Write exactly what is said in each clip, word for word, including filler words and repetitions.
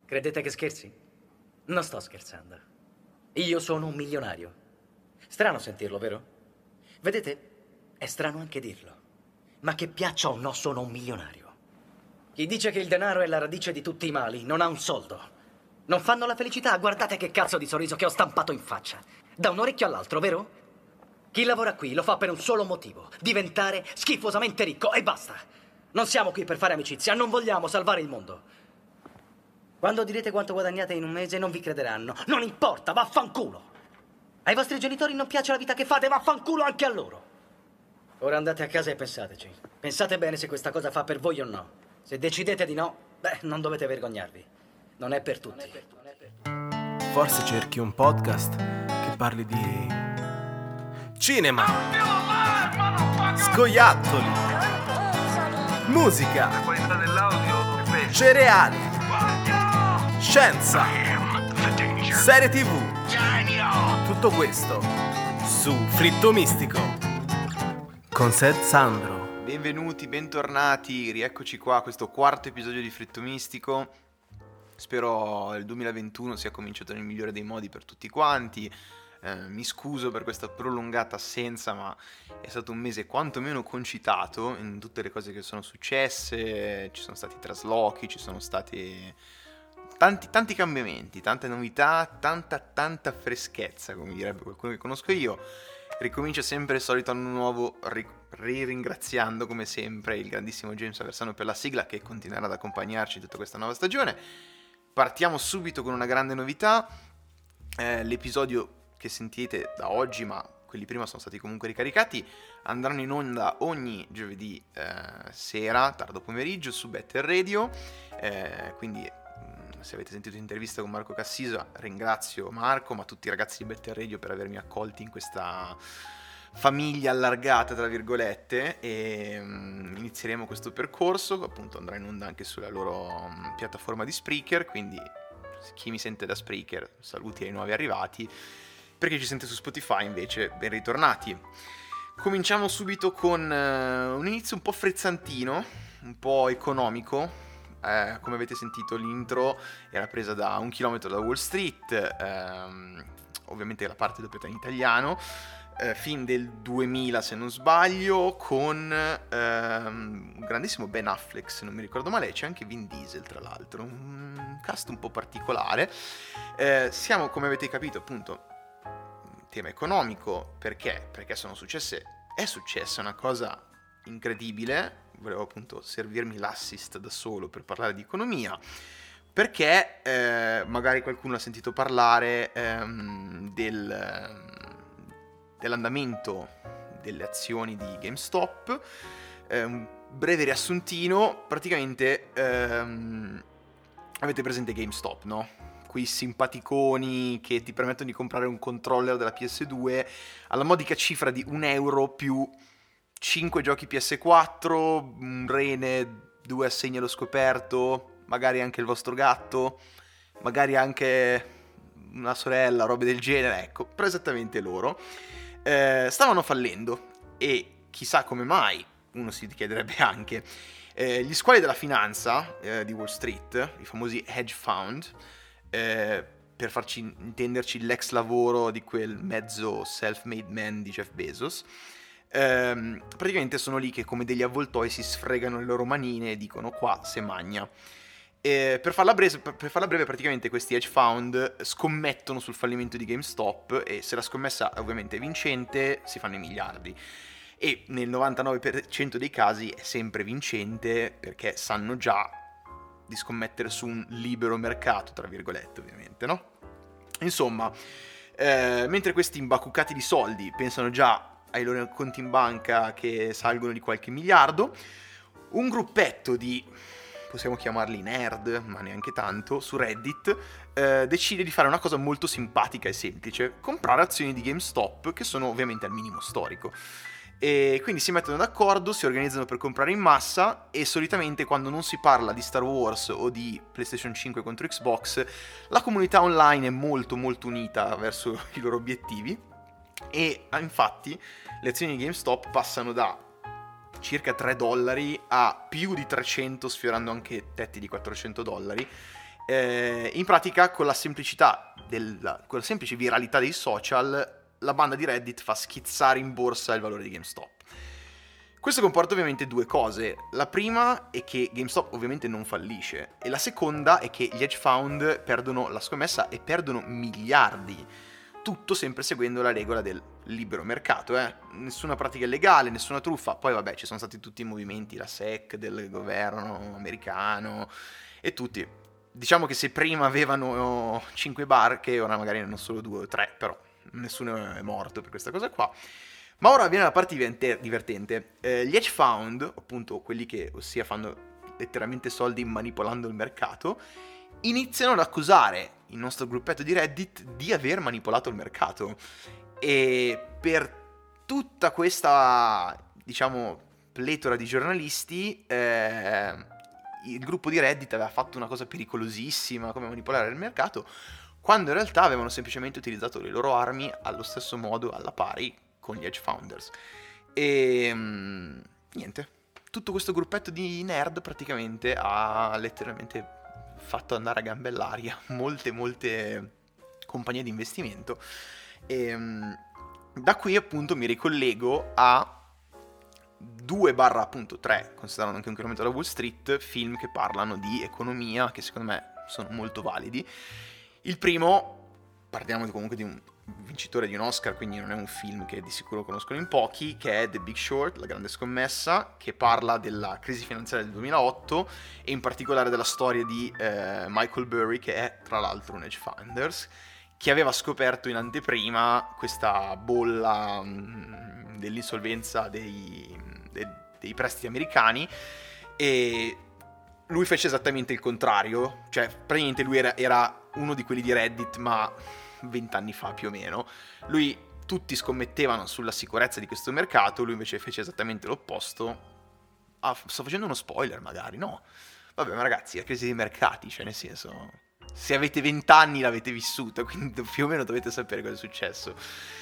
Credete che scherzi? Non sto scherzando. Io sono un milionario. Strano sentirlo, vero? Vedete, è strano anche dirlo. Ma che piaccia o no, sono un milionario. Chi dice che il denaro è la radice di tutti i mali non ha un soldo. Non fanno la felicità? Guardate che cazzo di sorriso che ho stampato in faccia. Da un orecchio all'altro, vero? Chi lavora qui lo fa per un solo motivo: diventare schifosamente ricco, e basta. Non siamo qui per fare amicizia, non vogliamo salvare il mondo. Quando direte quanto guadagnate in un mese non vi crederanno. Non importa, vaffanculo. Ai vostri genitori non piace la vita che fate, vaffanculo anche a loro. Ora andate a casa e pensateci. Pensate bene se questa cosa fa per voi o no. Se decidete di no, beh, non dovete vergognarvi. Non è per tutti. Forse cerchi un podcast che parli di cinema, scoiattoli, musica, cereali, scienza, serie tivù. Tutto questo su Fritto Mistico con Seth Sandro. Benvenuti, bentornati, rieccoci qua a questo quarto episodio di Fritto Mistico. Spero il duemilaventuno sia cominciato nel migliore dei modi per tutti quanti. Eh, mi scuso per questa prolungata assenza, ma è stato un mese quantomeno concitato in tutte le cose che sono successe. Ci sono stati traslochi, ci sono stati tanti, tanti cambiamenti, tante novità, tanta, tanta freschezza, come direbbe qualcuno che conosco io. Ricomincia sempre il solito anno nuovo, ri- ringraziando come sempre il grandissimo James Aversano per la sigla che continuerà ad accompagnarci tutta questa nuova stagione. Partiamo subito con una grande novità. Eh, l'episodio che sentite da oggi, ma quelli prima sono stati comunque ricaricati, andranno in onda ogni giovedì eh, sera, tardo pomeriggio, su Better Radio. Eh, quindi mh, se avete sentito l'intervista con Marco Cassisa, ringrazio Marco, ma tutti i ragazzi di Better Radio per avermi accolti in questa famiglia allargata, tra virgolette, e um, inizieremo questo percorso. Appunto andrà in onda anche sulla loro um, piattaforma di Spreaker, quindi chi mi sente da Spreaker, saluti ai nuovi arrivati. Per chi ci sente su Spotify invece, ben ritornati. Cominciamo subito con uh, un inizio un po' frizzantino, un po' economico. Eh, come avete sentito, l'intro era presa da Un chilometro da Wall Street, ehm, ovviamente la parte doppiata in italiano. Uh, fin del duemila se non sbaglio, con um, un grandissimo Ben Affleck, se non mi ricordo male, c'è anche Vin Diesel tra l'altro, un cast un po' particolare. Uh, siamo, come avete capito, appunto in tema economico. Perché? Perché sono successe, è successa una cosa incredibile. Volevo appunto servirmi l'assist da solo per parlare di economia, perché eh, magari qualcuno ha sentito parlare ehm, del dell'andamento delle azioni di GameStop. Eh, un breve riassuntino: praticamente ehm, avete presente GameStop, no? Quei simpaticoni che ti permettono di comprare un controller della P S due alla modica cifra di un euro più cinque giochi P S quattro, un rene, due assegni allo scoperto, magari anche il vostro gatto, magari anche una sorella, robe del genere. Ecco, però esattamente loro Eh, stavano fallendo, e chissà come mai, uno si chiederebbe anche. Eh, gli squali della finanza eh, di Wall Street, i famosi hedge fund, eh, per farci intenderci l'ex lavoro di quel mezzo self-made man di Jeff Bezos, eh, praticamente sono lì che come degli avvoltoi si sfregano le loro manine e dicono: qua se magna. E per farla breve, per farla breve, praticamente questi hedge fund scommettono sul fallimento di GameStop, e se la scommessa ovviamente è vincente si fanno i miliardi, e nel novantanove per cento dei casi è sempre vincente, perché sanno già di scommettere su un libero mercato, tra virgolette, ovviamente, no? Insomma, eh, mentre questi imbacuccati di soldi pensano già ai loro conti in banca che salgono di qualche miliardo, un gruppetto di, possiamo chiamarli nerd, ma neanche tanto, su Reddit, eh, decide di fare una cosa molto simpatica e semplice: comprare azioni di GameStop, che sono ovviamente al minimo storico. E quindi si mettono d'accordo, si organizzano per comprare in massa, e solitamente quando non si parla di Star Wars o di PlayStation cinque contro Xbox, la comunità online è molto molto unita verso i loro obiettivi, e infatti le azioni di GameStop passano da circa tre dollari a più di trecento, sfiorando anche tetti di quattrocento dollari. Eh, in pratica, con la semplicità, della, con la semplice viralità dei social, la banda di Reddit fa schizzare in borsa il valore di GameStop. Questo comporta ovviamente due cose. La prima è che GameStop ovviamente non fallisce, e la seconda è che gli hedge fund perdono la scommessa e perdono miliardi. Tutto sempre seguendo la regola del libero mercato, eh? Nessuna pratica illegale, nessuna truffa. Poi vabbè, ci sono stati tutti i movimenti, la S E C del governo americano e tutti. Diciamo che se prima avevano cinque barche, ora magari ne hanno solo due o tre, però nessuno è morto per questa cosa qua. Ma ora viene la parte divertente. Eh, gli hedge fund, appunto quelli che ossia fanno letteralmente soldi manipolando il mercato, iniziano ad accusare il nostro gruppetto di Reddit di aver manipolato il mercato. E per tutta questa, diciamo, pletora di giornalisti, eh, il gruppo di Reddit aveva fatto una cosa pericolosissima come manipolare il mercato, quando in realtà avevano semplicemente utilizzato le loro armi allo stesso modo, alla pari, con gli hedge founders. E mh, niente, tutto questo gruppetto di nerd praticamente ha letteralmente fatto andare a gambe all'aria molte molte compagnie di investimento. E mh, da qui appunto mi ricollego a due barra appunto tre, considerando anche un chilometro da Wall Street, film che parlano di economia, che secondo me sono molto validi. Il primo, parliamo comunque di un vincitore di un Oscar, quindi non è un film che di sicuro conoscono in pochi, che è The Big Short, La grande scommessa, che parla della crisi finanziaria del duemilaotto e in particolare della storia di eh, Michael Burry, che è tra l'altro un hedge funders, che aveva scoperto in anteprima questa bolla mh, dell'insolvenza dei, dei, dei prestiti americani, e lui fece esattamente il contrario. Cioè praticamente lui era, era uno di quelli di Reddit, ma vent'anni fa più o meno. Lui, tutti scommettevano sulla sicurezza di questo mercato, lui invece fece esattamente l'opposto. Ah, sto facendo uno spoiler magari, no? Vabbè, ma ragazzi, la crisi dei mercati, cioè nel senso, se avete vent'anni l'avete vissuta, quindi più o meno dovete sapere cosa è successo.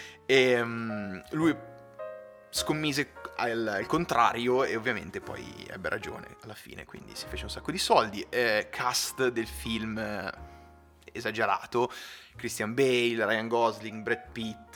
E um, lui scommise al, al contrario e ovviamente poi ebbe ragione alla fine, quindi si fece un sacco di soldi. Eh, cast del film eh, esagerato: Christian Bale, Ryan Gosling, Brad Pitt,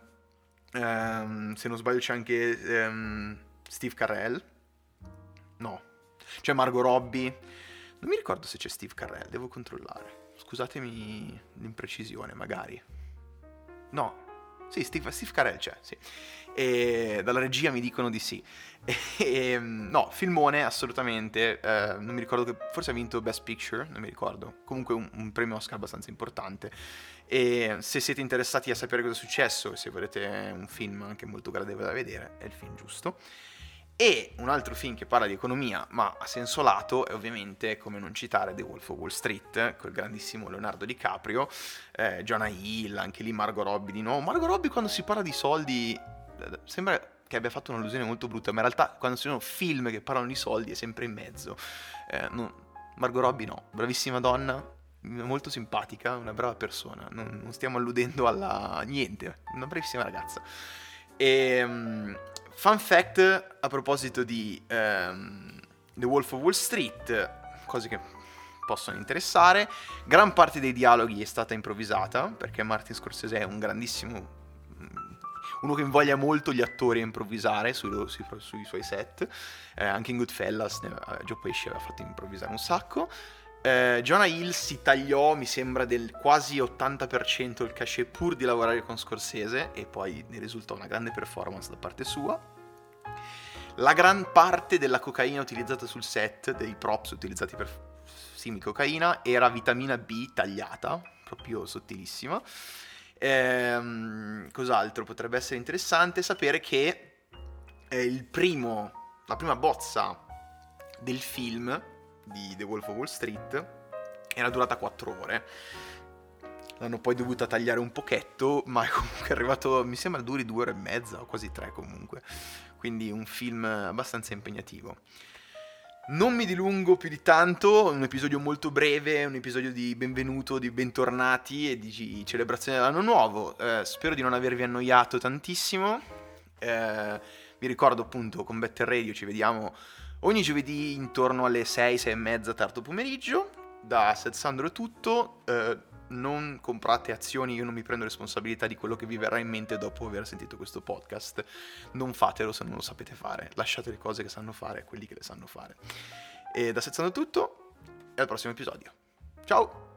ehm, se non sbaglio c'è anche ehm, Steve Carell, no, c'è Margot Robbie, non mi ricordo se c'è Steve Carell, devo controllare, scusatemi l'imprecisione magari, no, sì, Steve, Steve Carell c'è, sì, e dalla regia mi dicono di sì. E, no, filmone assolutamente, eh, non mi ricordo, che forse ha vinto Best Picture, non mi ricordo, comunque un, un premio Oscar abbastanza importante. E se siete interessati a sapere cosa è successo, se volete un film anche molto gradevole da vedere, è il film giusto. E un altro film che parla di economia ma a senso lato è ovviamente, come non citare, The Wolf of Wall Street, col grandissimo Leonardo DiCaprio, eh, Jonah Hill, anche lì Margot Robbie di nuovo. Margot Robbie, quando si parla di soldi sembra che abbia fatto un'allusione molto brutta, ma in realtà quando ci sono film che parlano di soldi è sempre in mezzo. eh, no, Margot Robbie no, bravissima donna, molto simpatica, una brava persona, non, non stiamo alludendo alla niente, una bravissima ragazza. E um, fun fact a proposito di um, The Wolf of Wall Street, cose che possono interessare: gran parte dei dialoghi è stata improvvisata, perché Martin Scorsese è un grandissimo, uno che invoglia molto gli attori a improvvisare sui, loro, sui, sui suoi set. Eh, anche in Goodfellas eh, Joe Pesci aveva fatto improvvisare un sacco. eh, Jonah Hill si tagliò, mi sembra, del quasi ottanta per cento il cachet pur di lavorare con Scorsese, e poi ne risultò una grande performance da parte sua. La gran parte della cocaina utilizzata sul set, dei props utilizzati per simi cocaina, era vitamina B tagliata, proprio sottilissima. Ehm, cos'altro potrebbe essere interessante sapere? Che eh, il primo, la prima bozza del film di The Wolf of Wall Street era durata quattro ore. L'hanno poi dovuta tagliare un pochetto, ma è comunque arrivato, mi sembra duri due ore e mezza o quasi tre comunque. Quindi un film abbastanza impegnativo. Non mi dilungo più di tanto, un episodio molto breve, un episodio di benvenuto, di bentornati e di celebrazione dell'anno nuovo. Eh, spero di non avervi annoiato tantissimo. Eh, vi ricordo appunto, con Better Radio ci vediamo ogni giovedì intorno alle sei, sei e mezza, tardo pomeriggio. Da Seth Sandro è tutto. Eh, non comprate azioni, io non mi prendo responsabilità di quello che vi verrà in mente dopo aver sentito questo podcast. Non fatelo se non lo sapete fare. Lasciate le cose che sanno fare a quelli che le sanno fare. E da Seth Sandro è tutto, e al prossimo episodio. Ciao!